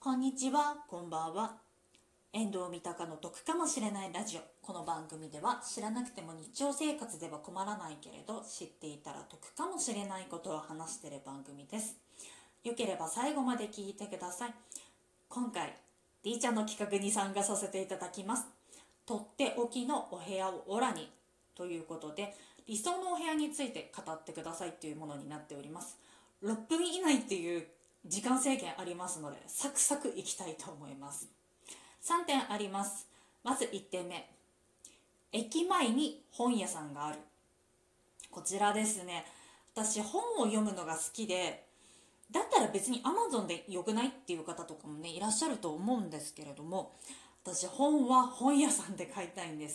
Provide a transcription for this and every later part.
こんにちは、こんばんは。遠藤三鷹の得かもしれないラジオ。この番組では知らなくても日常生活では困らないけれど、知っていたら得かもしれないことを話している番組です。よければ最後まで聞いてください。今回 D ちゃんの企画に参加させていただきます。とっておきのお部屋をオラにということで、理想のお部屋について語ってくださいというものになっております。6分以内っていう時間制限ありますので、サクサクいきたいと思います。3点あります。まず1点目、駅前に本屋さんがある。こちらですね。私本を読むのが好きで、だったら別に Amazon でよくないっていう方とかもねいらっしゃると思うんですけれども、私本は本屋さんで買いたいんです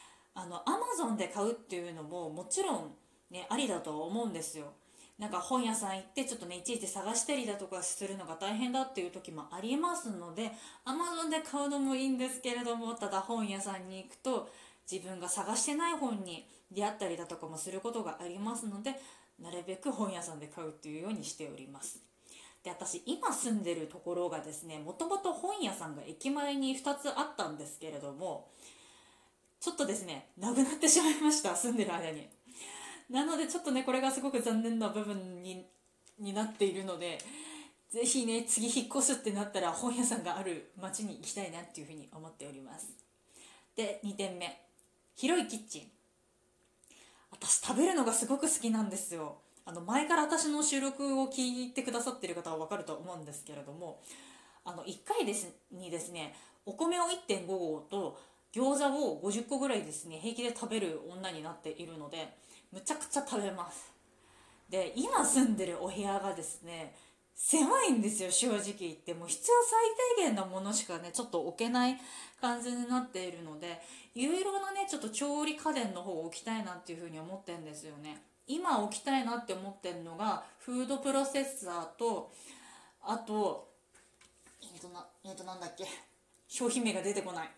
。Amazon で買うっていうのももちろんねありだと思うんですよ。なんか本屋さん行ってちょっとねいちいち探したりだとかするのが大変だっていう時もありますので、 Amazon で買うのもいいんですけれども、ただ本屋さんに行くと自分が探してない本に出会ったりだとかもすることがありますので、なるべく本屋さんで買うっていうようにしております。で、私今住んでるところがですね、もともと本屋さんが駅前に2つあったんですけれども、ちょっとですねなくなってしまいました、住んでる間に。なのでちょっとねこれがすごく残念な部分になっているので、ぜひね次引っ越すってなったら本屋さんがある町に行きたいなっていうふうに思っております。で、2点目、広いキッチン。私食べるのがすごく好きなんですよ。前から私の収録を聞いてくださってる方は分かると思うんですけれども、1回にですねお米を 1.5 合と餃子を50個ぐらいですね平気で食べる女になっているので、むちゃくちゃ食べます。で、今住んでるお部屋がですね狭いんですよ、正直言って。もう必要最低限なものしかねちょっと置けない感じになっているので、いろいろなねちょっと調理家電の方を置きたいなっていうふうに思ってるんですよね。今置きたいなって思ってるのがフードプロセッサーと、あとなんだっけ、商品名が出てこない。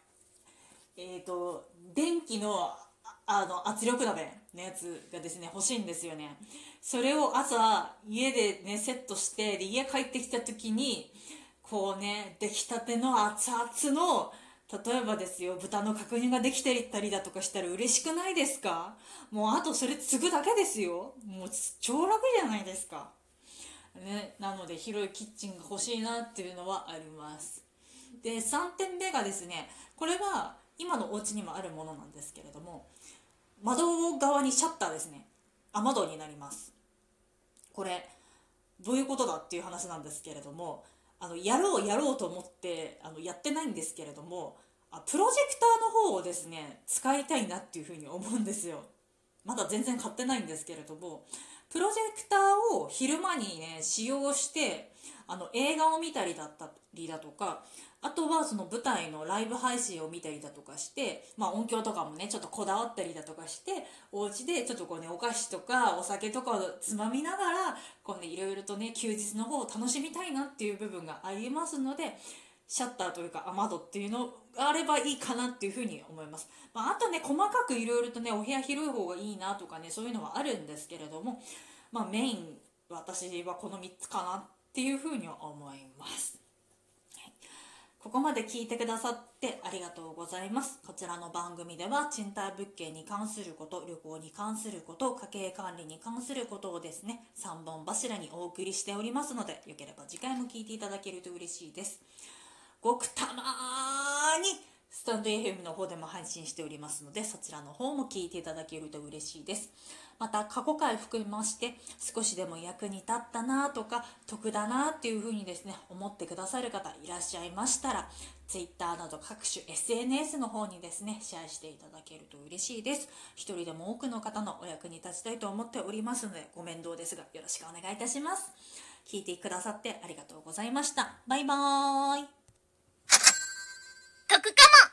電気の圧力鍋のやつがですね欲しいんですよね。それを朝家でねセットして、で家帰ってきた時にこうね出来たての熱々の、例えばですよ豚の角煮ができてたりだとかしたら嬉しくないですか？もうあとそれ継ぐだけですよ。もう超楽じゃないですかね。なので広いキッチンが欲しいなっていうのはあります。で、3点目がですね、これは今のお家にもあるものなんですけれども、窓側にシャッターですね。雨戸になります。これどういうことだっていう話なんですけれども、やろうと思ってやってないんですけれども、プロジェクターの方をですね使いたいなっていうふうに思うんですよ。まだ全然買ってないんですけれども、プロジェクターを昼間にね使用して映画を見たりだとか、あとはその舞台のライブ配信を見たりだとかして、音響とかもねちょっとこだわったりだとかして、お家でちょっとこうねお菓子とかお酒とかをつまみながらこうねいろいろとね休日の方を楽しみたいなっていう部分がありますので、シャッターというか雨戸っていうのがあればいいかなっていうふうに思います。あとね細かくいろいろとねお部屋広い方がいいなとかねそういうのはあるんですけれども、メイン私はこの3つかなっていうふうには思います。ここまで聞いてくださってありがとうございます。こちらの番組では賃貸物件に関すること、旅行に関すること、家計管理に関することをですね3本柱にお送りしておりますので、よければ次回も聞いていただけると嬉しいです。ごくたまにスタンド FM の方でも配信しておりますので、そちらの方も聞いていただけると嬉しいです。また過去回含めまして少しでも役に立ったなとか得だなっていう風にですね思ってくださる方いらっしゃいましたら、 Twitter など各種 SNS の方にですねシェアしていただけると嬉しいです。一人でも多くの方のお役に立ちたいと思っておりますので、ご面倒ですがよろしくお願いいたします。聞いてくださってありがとうございました。バイバーイ。 得かも。